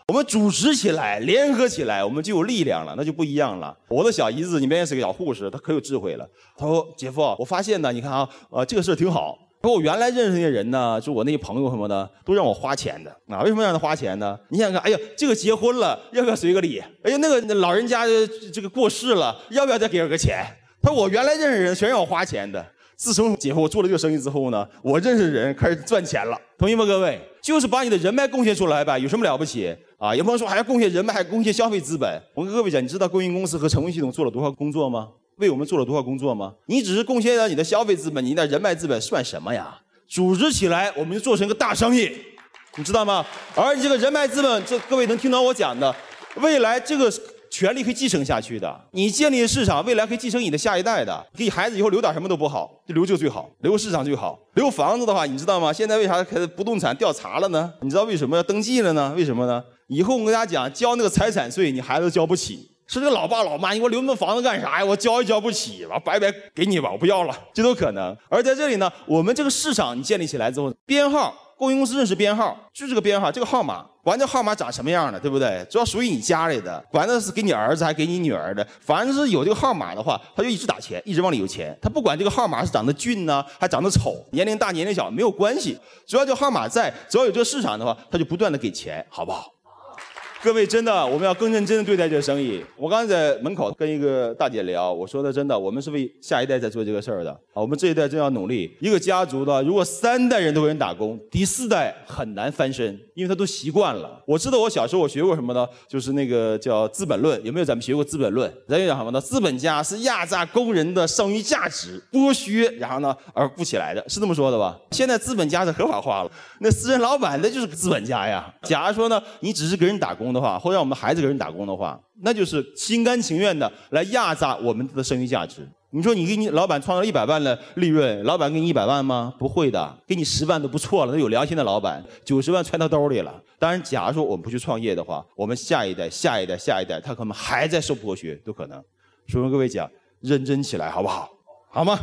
S1: 我们组织起来，联合起来，我们就有力量了，那就不一样了。我的小姨子，你们也是个小护士，她可有智慧了。她说：“姐夫，我发现呢，你看啊，这个事儿挺好。说我原来认识那些人呢，就我那些朋友什么的，都让我花钱的啊。为什么让他花钱呢？你想想看，哎呀，这个结婚了，要不要随个礼？哎呀，那个老人家这个过世了，要不要再给点个钱？他说我原来认识人全让我花钱的。自从姐夫我做了这个生意之后呢，我认识人开始赚钱了。同意吗，各位？就是把你的人脉贡献出来吧，有什么了不起啊？有朋友说还要贡献人脉，还贡献消费资本。我跟各位讲，你知道供应公司和成功系统做了多少工作吗？为我们做了多少工作吗？你只是贡献了你的消费资本，你的人脉资本算什么呀？组织起来，我们就做成一个大生意，你知道吗？而你这个人脉资本，这各位能听到我讲的，未来这个权利可以继承下去的。你建立市场，未来可以继承你的下一代的。给孩子以后留点什么都不好，就留这个最好，留市场最好。留房子的话，你知道吗？现在为啥开始不动产调查了呢？你知道为什么要登记了呢？为什么呢？以后我跟大家讲，交那个财产税，你孩子交不起。是这个老爸老妈，你给我留那么房子干啥呀？我交也交不起，完白白给你吧，我不要了，这都可能。而在这里呢，我们这个市场你建立起来之后，编号，供应公司认识编号，就是这个编号，这个号码，管这号码长什么样的，对不对？主要属于你家里的，管那是给你儿子还给你女儿的，反正是有这个号码的话，他就一直打钱，一直往里有钱。他不管这个号码是长得俊呢，还长得丑，年龄大年龄小没有关系，只要这个号码在，只要有这个市场的话，他就不断的给钱，好不好？各位，真的，我们要更认真的对待这个生意。我刚才在门口跟一个大姐聊，我说的真的，我们是为下一代在做这个事儿的。我们这一代真要努力。一个家族的，如果3代人都给人打工，第4代很难翻身，因为他都习惯了。我知道我小时候我学过什么呢？就是那个叫《资本论》，有没有咱们学过《资本论》？咱就讲什么呢？资本家是压榨工人的剩余价值，剥削，然后呢而富起来的，是这么说的吧？现在资本家是合法化了，那私人老板那就是个资本家呀。假如说呢，你只是给人打工的话，或者让我们孩子给人打工的话，那就是心甘情愿的来压榨我们的剩余价值。你说你给你老板创造100万的利润，老板给你100万吗？不会的，给你10万都不错了。那有良心的老板，90万揣到兜里了。当然，假如说我们不去创业的话，我们下一代、下一代、下一代，他可能还在受剥削，都可能。所以跟各位讲，认真起来，好不好？好吗？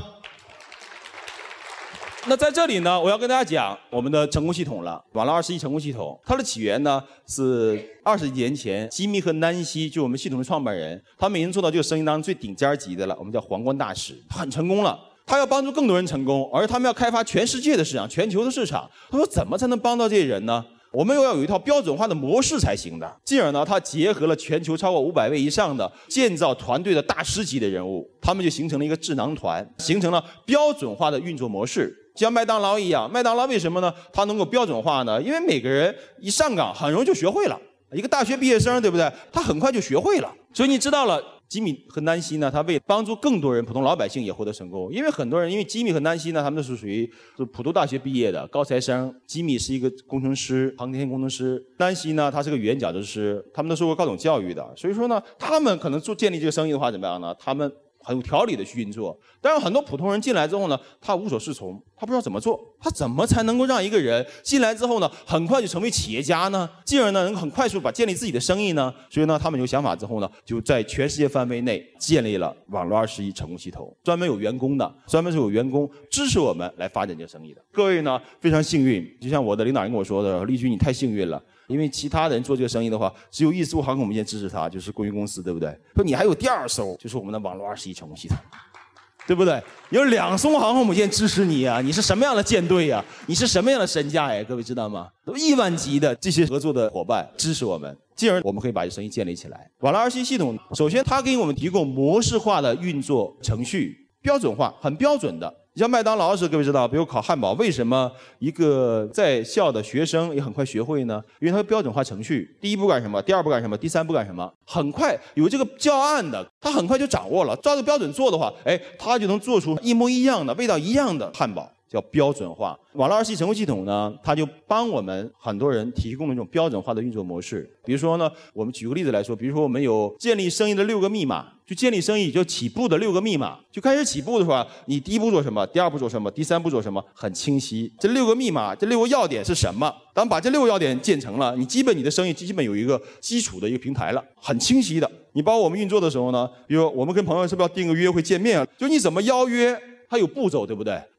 S1: 那在这里呢，我要跟大家讲我们的成功系统了。网络21成功系统，它的起源呢是20几年前，吉米和南希就我们系统的创办人，他们已经做到这个生意当中最顶尖级的了，我们叫皇冠大使，他很成功了。他要帮助更多人成功，而他们要开发全世界的市场、全球的市场。他说怎么才能帮到这些人呢？我们又要有一套标准化的模式才行的。进而呢，他结合了全球超过500位以上的建造团队的大师级的人物，他们就形成了一个智囊团，形成了标准化的运作模式。就像麦当劳一样，麦当劳为什么呢？它能够标准化呢？因为每个人一上岗很容易就学会了。一个大学毕业生，对不对？他很快就学会了。所以你知道了，吉米和南希呢，他为帮助更多人，普通老百姓也获得成功。因为很多人，因为吉米和南希呢，他们都是属于普通大学毕业的高材生。吉米是一个工程师，航天工程师；南希呢，他是个语言矫正师。他们都受过高等教育的，所以说呢，他们可能建立这个生意的话，怎么样呢？他们很有条理的去运作。但是很多普通人进来之后呢，他无所适从，他不知道怎么做，他怎么才能够让一个人进来之后呢，很快就成为企业家呢？进而呢，能很快速把建立自己的生意呢？所以呢，他们有想法之后呢，就在全世界范围内建立了网络21成功系统，专门有员工的，专门是有员工支持我们来发展这个生意的。各位呢，非常幸运，就像我的领导人跟我说的，丽君你太幸运了。因为其他人做这个生意的话，只有一艘航空母舰支持他，就是供应公司，对不对？说你还有第2艘，就是我们的网络21成功系统，对不对？有2艘航空母舰支持你啊！你是什么样的舰队呀？你是什么样的身价呀？各位知道吗？都亿万级的这些合作的伙伴支持我们，进而我们可以把这生意建立起来。网络21系统，首先它给我们提供模式化的运作程序，标准化，很标准的。像麦当劳是各位知道，比如烤汉堡，为什么一个在校的学生也很快学会呢？因为它有标准化程序，第1步干什么，第2步干什么，第3步干什么，很快有这个教案的，他很快就掌握了。照着标准做的话，他就能做出一模一样的、味道一样的汉堡。叫标准化。网络21成功系统呢，它就帮我们很多人提供了一种标准化的运作模式。比如说呢，我们举个例子来说，比如说我们有建立生意的6个密码，就建立生意就起步的6个密码，就开始起步的话，你第1步做什么，第2步做什么，第3步做什么，很清晰。这6个密码，这6个要点是什么？当把这6个要点建成了，你基本你的生意基本有一个基础的一个平台了，很清晰的。你包括我们运作的时候呢，比如我们跟朋友是不是要订个约会见面啊？就你怎么邀约？它有步骤，对不对？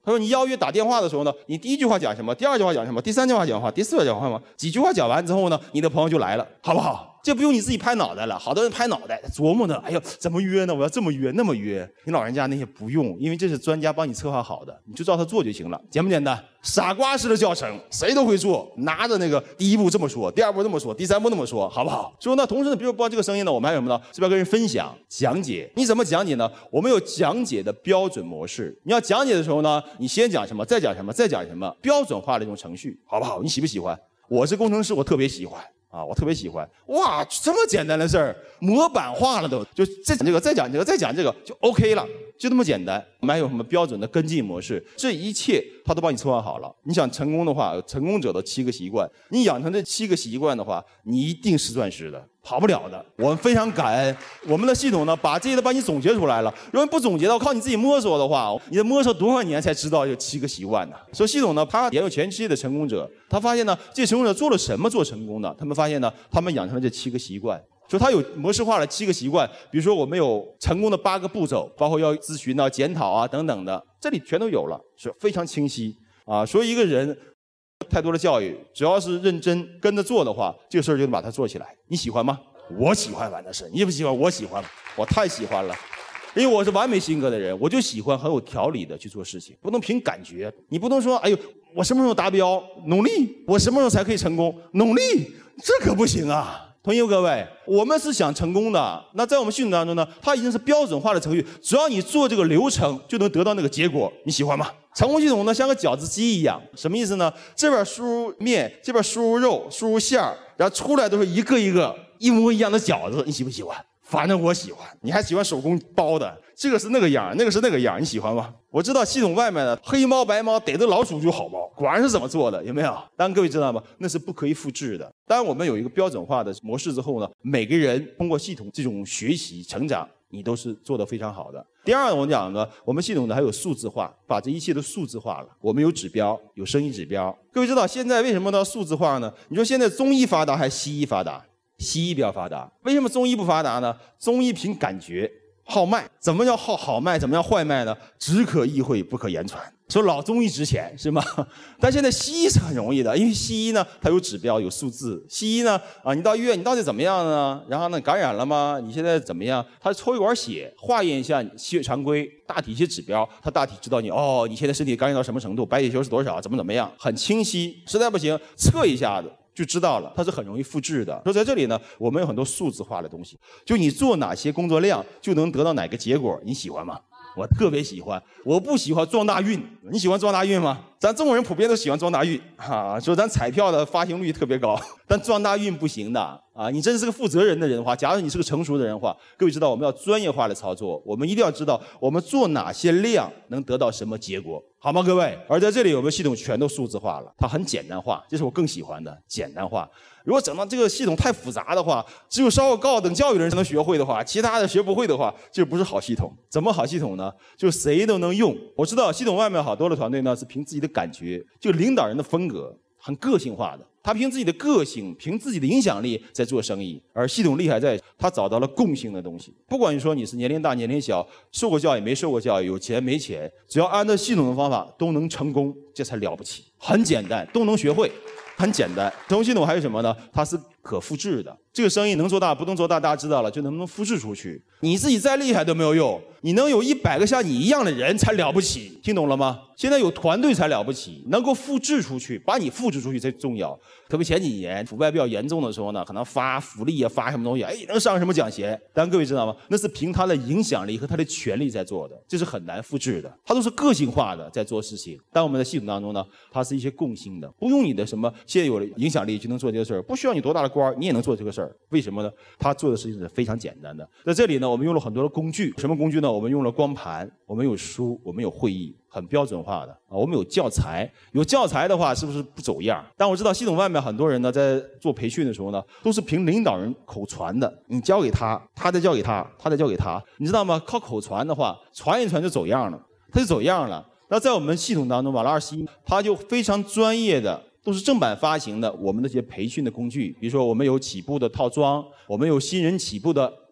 S2: 他说你邀约打电话的时候呢，你第一句话讲什么，第二句话讲什么，第三句话讲话，第四句话讲话吗？几句话讲完之后呢，你的朋友就来了，好不好？这不用你自己拍脑袋了，好多人拍脑袋琢磨呢，哎呦，怎么约呢？我要这么约那么约。你老人家那些不用，因为这是专家帮你策划好的，你就照他做就行了，简不简单？傻瓜式的教程，谁都会做，拿着那个第一步这么说，第二步这么说，第三步那么说，好不好？所以呢，同时呢，比如播这个声音呢，我们还有什么呢？是不是要跟人分享、讲解？你怎么讲解呢？我们有讲解的标准模式。你要讲解的时候呢，你先讲什么，再讲什么，再讲什么，标准化的一种程序，好不好？你喜不喜欢？我是工程师，我特别喜欢。我特别喜欢，哇，这么简单的事儿，模板化了都，就再讲这个，再讲这个，再讲这个，就 OK 了，就这么简单。我们还有什么标准的跟进模式？这一切他都帮你策划好了。你想成功的话，有成功者的7个习惯，你养成这7个习惯的话，你一定是钻石的，跑不了的。我们非常感恩我们的系统呢，把这些都帮你总结出来了。如果你不总结的，靠你自己摸索的话，你得摸索多少年才知道有7个习惯呢？所以系统呢，它研究全世界的成功者，他发现呢，这些成功者做了什么做成功的？他们发现呢，他们养成了这7个习惯。就他有模式化的7个习惯，比如说我们有成功的8个步骤，包括要咨询啊、检讨啊等等的，这里全都有了，是非常清晰啊。所以一个人太多的教育，只要是认真跟着做的话，这个事儿就能把它做起来。你喜欢吗？我喜欢，反正是你不喜欢，我喜欢，我太喜欢了。因为我是完美性格的人，我就喜欢很有条理的去做事情，不能凭感觉。你不能说，哎呦，我什么时候达标？努力，我什么时候才可以成功？努力，这可不行啊！同意吗，各位？我们是想成功的。那在我们系统当中呢，它已经是标准化的程序，只要你做这个流程，就能得到那个结果。你喜欢吗？成功系统呢，像个饺子机一样，什么意思呢？这边输入面，这边输入肉，输入馅儿，然后出来都是一个一个一模一样的饺子。你喜不喜欢？反正我喜欢。你还喜欢手工包的？这个是那个样，那个是那个样，你喜欢吗？我知道系统外面的黑猫白猫逮着老鼠就好猫，果然是这么做的，有没有？当然各位知道吗？那是不可以复制的。当然我们有一个标准化的模式之后呢，每个人通过系统这种学习成长，你都是做得非常好的。第二呢，我讲呢，我们系统呢还有数字化，把这一切都数字化了。我们有指标，有生意指标。各位知道现在为什么都要数字化呢？你说现在中医发达还是西医发达？西医比较发达。为什么中医不发达呢？中医凭感觉。好卖，怎么叫好卖？怎么样坏卖呢？只可意会，不可言传。说老中医值钱是吗？但现在西医是很容易的，因为西医呢，它有指标，有数字。西医呢，你到医院，你到底怎么样呢？然后呢，感染了吗？你现在怎么样？他抽一管血，化验一下血常规，大体一些指标，他大体知道你现在身体感染到什么程度，白血球是多少，怎么样，很清晰。实在不行，测一下子。就知道了，它是很容易复制的。说在这里呢，我们有很多数字化的东西，就你做哪些工作量，就能得到哪个结果，你喜欢吗？我特别喜欢。我不喜欢撞大运，你喜欢撞大运吗？咱中国人普遍都喜欢撞大运说咱彩票的发行率特别高，但撞大运不行的你真是个负责任的人的话，假如你是个成熟的人的话，各位知道我们要专业化的操作，我们一定要知道我们做哪些量能得到什么结果，好吗，各位？而在这里我们系统全都数字化了，它很简单化，这是我更喜欢的简单化。如果整到这个系统太复杂的话，只有稍后高等教育的人才能学会的话，其他的学不会的话，这不是好系统。怎么好系统呢？就谁都能用。我知道系统外面好多的团队呢是凭自己的感觉，就领导人的风格很个性化的，他凭自己的个性，凭自己的影响力在做生意。而系统厉害在他找到了共性的东西，不管你说你是年龄大年龄小，受过教育没受过教育，有钱没钱，只要按照系统的方法都能成功，这才了不起。很简单，都能学会，很简单。成功系统还有什么呢？它是可复制的。这个生意能做大不能做大，大家知道了，就能不能复制出去。你自己再厉害都没有用，你能有100个像你一样的人才了不起，听懂了吗？现在有团队才了不起，能够复制出去，把你复制出去才重要。特别前几年腐败比较严重的时候呢，可能发福利啊，发什么东西，能上什么奖衔。但各位知道吗？那是凭他的影响力和他的权力在做的，这是很难复制的。他都是个性化的在做事情。但我们的系统当中呢，它是一些共性的，不用你的什么现有的影响力就能做这个事儿，不需要你多大的官你也能做这个事儿。为什么呢？他做的事情是非常简单的。在这里呢，我们用了很多的工具。什么工具呢？我们用了光盘，我们有书，我们有会议，很标准化的我们有教材。有教材的话，是不是不走样？但我知道系统外面很多人呢，在做培训的时候呢，都是凭领导人口传的。你教给他，他再教给他，他再教给他，你知道吗？靠口传的话，传一传就走样了，他就走样了。那在我们系统当中，瓦拉21他就非常专业的。都是正版发行的，我们的这些培训的工具，比如说我们有起步的套装，我们有新人起步的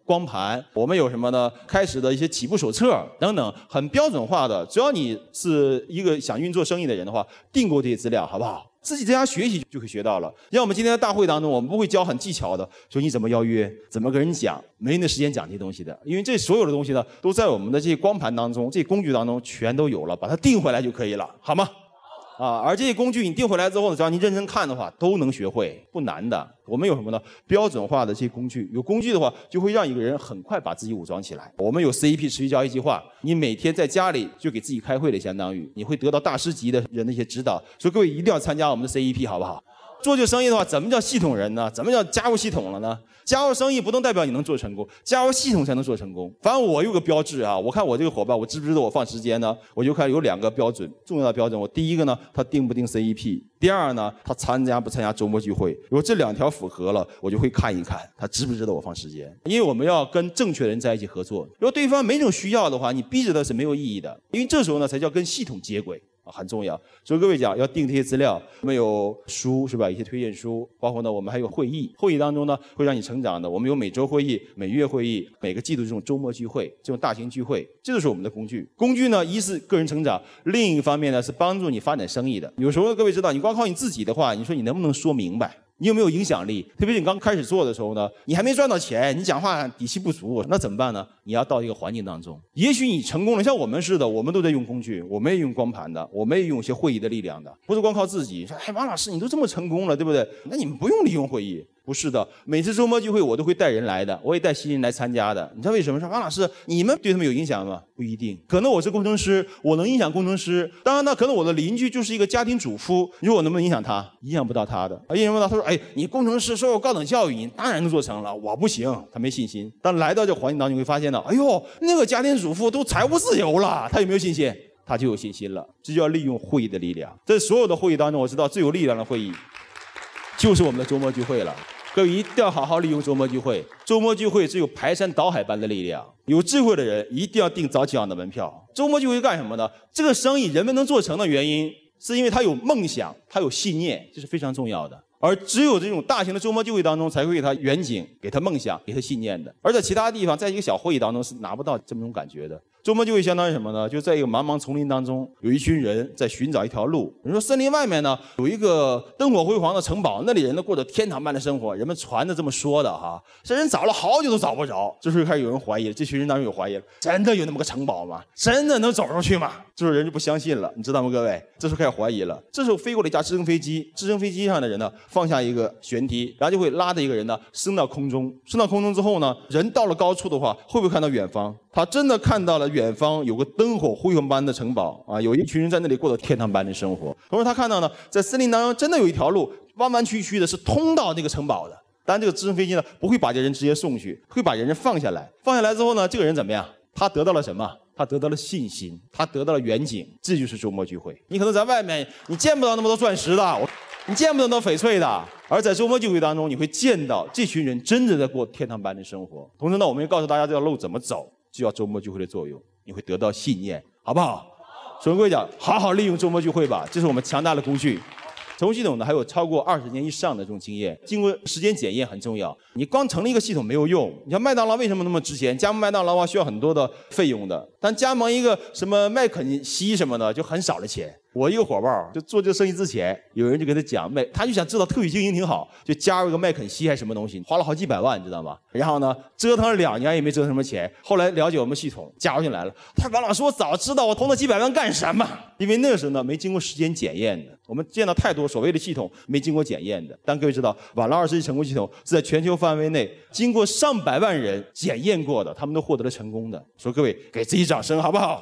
S2: 光盘，我们有什么呢？开始的一些起步手册等等，很标准化的。只要你是一个想运作生意的人的话，订购这些资料，好不好？自己在家学习就可以学到了。像我们今天的大会当中，我们不会教很技巧的，说你怎么邀约，怎么跟人讲，没那时间讲这些东西的。因为这所有的东西呢，都在我们的这些光盘当中、这些工具当中全都有了，把它订回来就可以了，好吗？而这些工具你订回来之后呢，只要你认真看的话，都能学会，不难的。我们有什么呢？标准化的这些工具，有工具的话，就会让一个人很快把自己武装起来。我们有 CEP 持续交易计划，你每天在家里就给自己开会了，相当于你会得到大师级的人的一些指导。所以各位一定要参加我们的 CEP， 好不好？做这个生意的话，怎么叫系统人呢？怎么叫加入系统了呢？加入生意不能代表你能做成功，加入系统才能做成功。反正我有个标志啊，我看我这个伙伴，我知不知道我放时间呢？我就看有2个标准，重要的标准。我第一个呢，他定不定 CEP； 第二呢，他参加不参加周末聚会。如果这2条符合了，我就会看一看他知不知道我放时间。因为我们要跟正确的人在一起合作。如果对方没这种需要的话，你逼着他是没有意义的。因为这时候呢，才叫跟系统接轨。很重要，所以各位讲要定这些资料，我们有书是吧？一些推荐书，包括呢我们还有会议，会议当中呢会让你成长的。我们有每周会议、每月会议、每个季度这种周末聚会、这种大型聚会，这就是我们的工具。工具呢，一是个人成长，另一方面呢是帮助你发展生意的。有时候各位知道，你光靠你自己的话，你说你能不能说明白？你有没有影响力？特别是你刚开始做的时候呢，你还没赚到钱，你讲话底气不足，那怎么办呢？你要到一个环境当中，也许你成功了，像我们似的，我们都在用工具，我们也用光盘的，我们也用一些会议的力量的，不是光靠自己。说，哎，王老师，你都这么成功了，对不对？那你们不用利用会议。不是的，每次周末聚会我都会带人来的，我也带新人来参加的。你知道为什么？说王老师，你们对他们有影响吗？不一定，可能我是工程师，我能影响工程师。当然呢，可能我的邻居就是一个家庭主妇，你说我能不能影响他？影响不到他的。影响不到他说，哎，你工程师受过高等教育，你当然能做成了，我不行，他没信心。但来到这环境当中，你会发现呢，哎呦，那个家庭主妇都财务自由了，他有没有信心？他就有信心了。这就要利用会议的力量。在所有的会议当中，我知道最有力量的会议，就是我们的周末聚会了。各位一定要好好利用周末聚会。周末聚会只有排山倒海般的力量。有智慧的人一定要订早起网的门票。周末聚会干什么呢？这个生意人们能做成的原因，是因为他有梦想，他有信念，这是非常重要的。而只有这种大型的周末聚会当中，才会给他远景，给他梦想，给他信念的。而在其他地方，在一个小会议当中是拿不到这么种感觉的。周末聚会相当于什么呢？就在一个茫茫丛林当中，有一群人在寻找一条路。你说森林外面呢，有一个灯火辉煌的城堡，那里人都过着天堂般的生活，人们传着这么说的哈。这人找了好久都找不着，这时候开始有人怀疑了，这群人当中有怀疑了，真的有那么个城堡吗？真的能走出去吗？这时候人就不相信了，你知道吗，各位？这时候开始怀疑了。这时候飞过了一架直升飞机，直升飞机上的人呢放下一个旋梯，然后就会拉着一个人呢升到空中。升到空中之后呢，人到了高处的话，会不会看到远方？他真的看到了远方有个灯火辉煌般的城堡啊，有一群人在那里过着天堂般的生活。同时他看到呢，在森林当中真的有一条路弯弯曲曲的，是通到那个城堡的。当然这个直升飞机呢不会把这人直接送去，会把人放下来。放下来之后呢，这个人怎么样？他得到了什么？他得到了信心，他得到了远景。这就是周末聚会。你可能在外面你见不到那么多钻石的，你见不到那么翡翠的，而在周末聚会当中，你会见到这群人真的在过天堂般的生活。同时呢，我们也告诉大家这条路怎么走，就要周末聚会的作用，你会得到信念，好不好？所以各位讲，好好利用周末聚会吧，这是我们强大的工具。财务系统呢，还有超过20年以上的这种经验，经过时间检验很重要。你光成立一个系统没有用。你像麦当劳为什么那么值钱？加盟麦当劳需要很多的费用的，但加盟一个什么麦肯锡什么的就很少的钱。我一个伙伴就做这个生意之前，有人就给他讲他就想知道特许经营挺好，就加入一个麦肯锡还是什么东西，花了好几百万，你知道吗？然后呢，折腾了2年也没折腾什么钱。后来了解我们系统，加入进来了。他说：“王老师，我早知道我投那几百万干什么？因为那个时候呢，没经过时间检验的。我们见到太多所谓的系统没经过检验的。但各位知道，晚了20世纪成功系统是在全球范围内经过上百万人检验过的，他们都获得了成功的。所以各位给自己掌声，好不好？”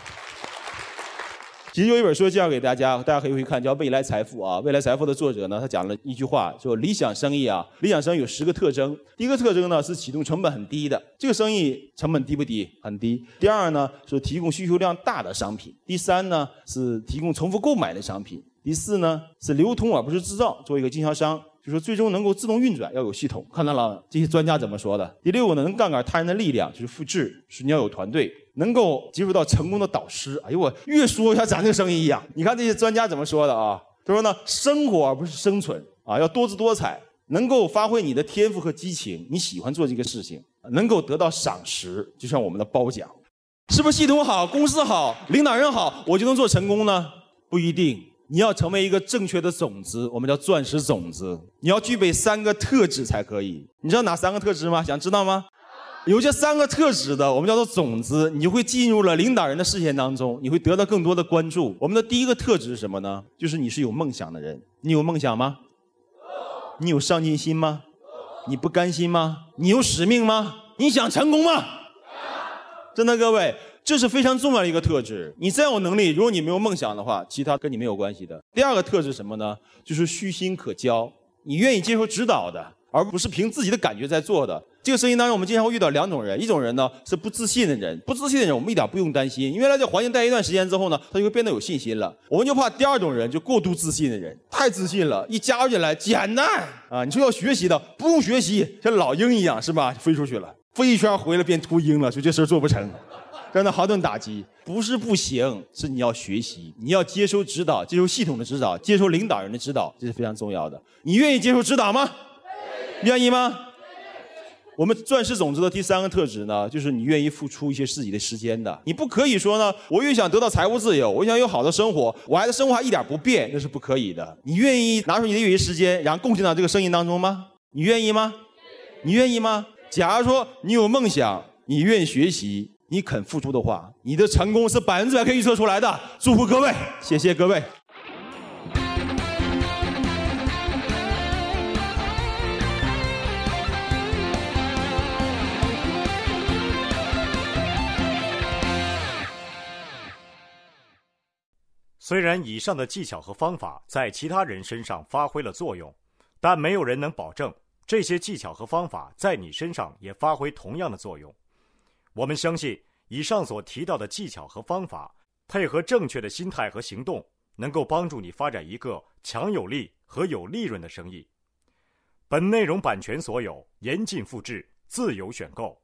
S2: 其实有一本书介绍给大家可以回去看，叫《未来财富》啊。《未来财富》的作者呢，他讲了一句话，说理想生意啊，理想生意有10个特征。第一个特征呢是启动成本很低的，这个生意成本低不低？很低。第二呢是提供需求量大的商品。第三呢是提供重复购买的商品。第四呢是流通而不是制造，做一个经销商。就是最终能够自动运转，要有系统。看到了这些专家怎么说的。第6个呢，能杠杆他人的力量，就是复制，是你要有团队，能够接触到成功的导师。哎呦，我越说像咱这个生意一样。你看这些专家怎么说的啊？他说呢，生活而不是生存啊，要多姿多彩，能够发挥你的天赋和激情，你喜欢做这个事情。 能够得到赏识，就像我们的褒奖。是不是系统好、公司好、领导人好，我就能做成功呢？不一定。你要成为一个正确的种子，我们叫钻石种子。你要具备3个特质才可以。你知道哪3个特质吗？想知道吗？有这3个特质的，我们叫做种子，你就会进入了领导人的视线当中，你会得到更多的关注。我们的第一个特质是什么呢？就是你是有梦想的人。你有梦想吗？你有上进心吗？你不甘心吗？你有使命吗？你想成功吗？真的，各位，这是非常重要的一个特质。你再有能力，如果你没有梦想的话，其他跟你没有关系的。第2个特质是什么呢？就是虚心可教，你愿意接受指导的，而不是凭自己的感觉在做的。这个生意当中，我们经常会遇到2种人，一种人呢是不自信的人，不自信的人我们一点不用担心，因为来这环境待一段时间之后呢，他就会变得有信心了。我们就怕第2种人，就过度自信的人，太自信了，一加入进来简单啊！你说要学习的，不用学习，像老鹰一样是吧？飞出去了，飞一圈回来变秃鹰了，所以这事做不成，真的好顿打击。不是不行，是你要学习，你要接受指导，接受系统的指导，接受领导人的指导，这是非常重要的。你愿意接受指导吗？愿意吗？我们钻石种子的第3个特质呢，就是你愿意付出一些自己的时间的。你不可以说呢，我越想得到财务自由，我想有好的生活，我还的生活还一点不变，那是不可以的。你愿意拿出你的业余时间，然后贡献到这个生意当中吗？你愿意吗？你愿意吗？假如说你有梦想，你愿意学习，你肯付出的话，你的成功是100%可以预测出来的。祝福各位，谢谢各位。
S3: 虽然以上的技巧和方法在其他人身上发挥了作用，但没有人能保证这些技巧和方法在你身上也发挥同样的作用。我们相信以上所提到的技巧和方法，配合正确的心态和行动，能够帮助你发展一个强有力和有利润的生意。本内容版权所有，严禁复制，自由选购。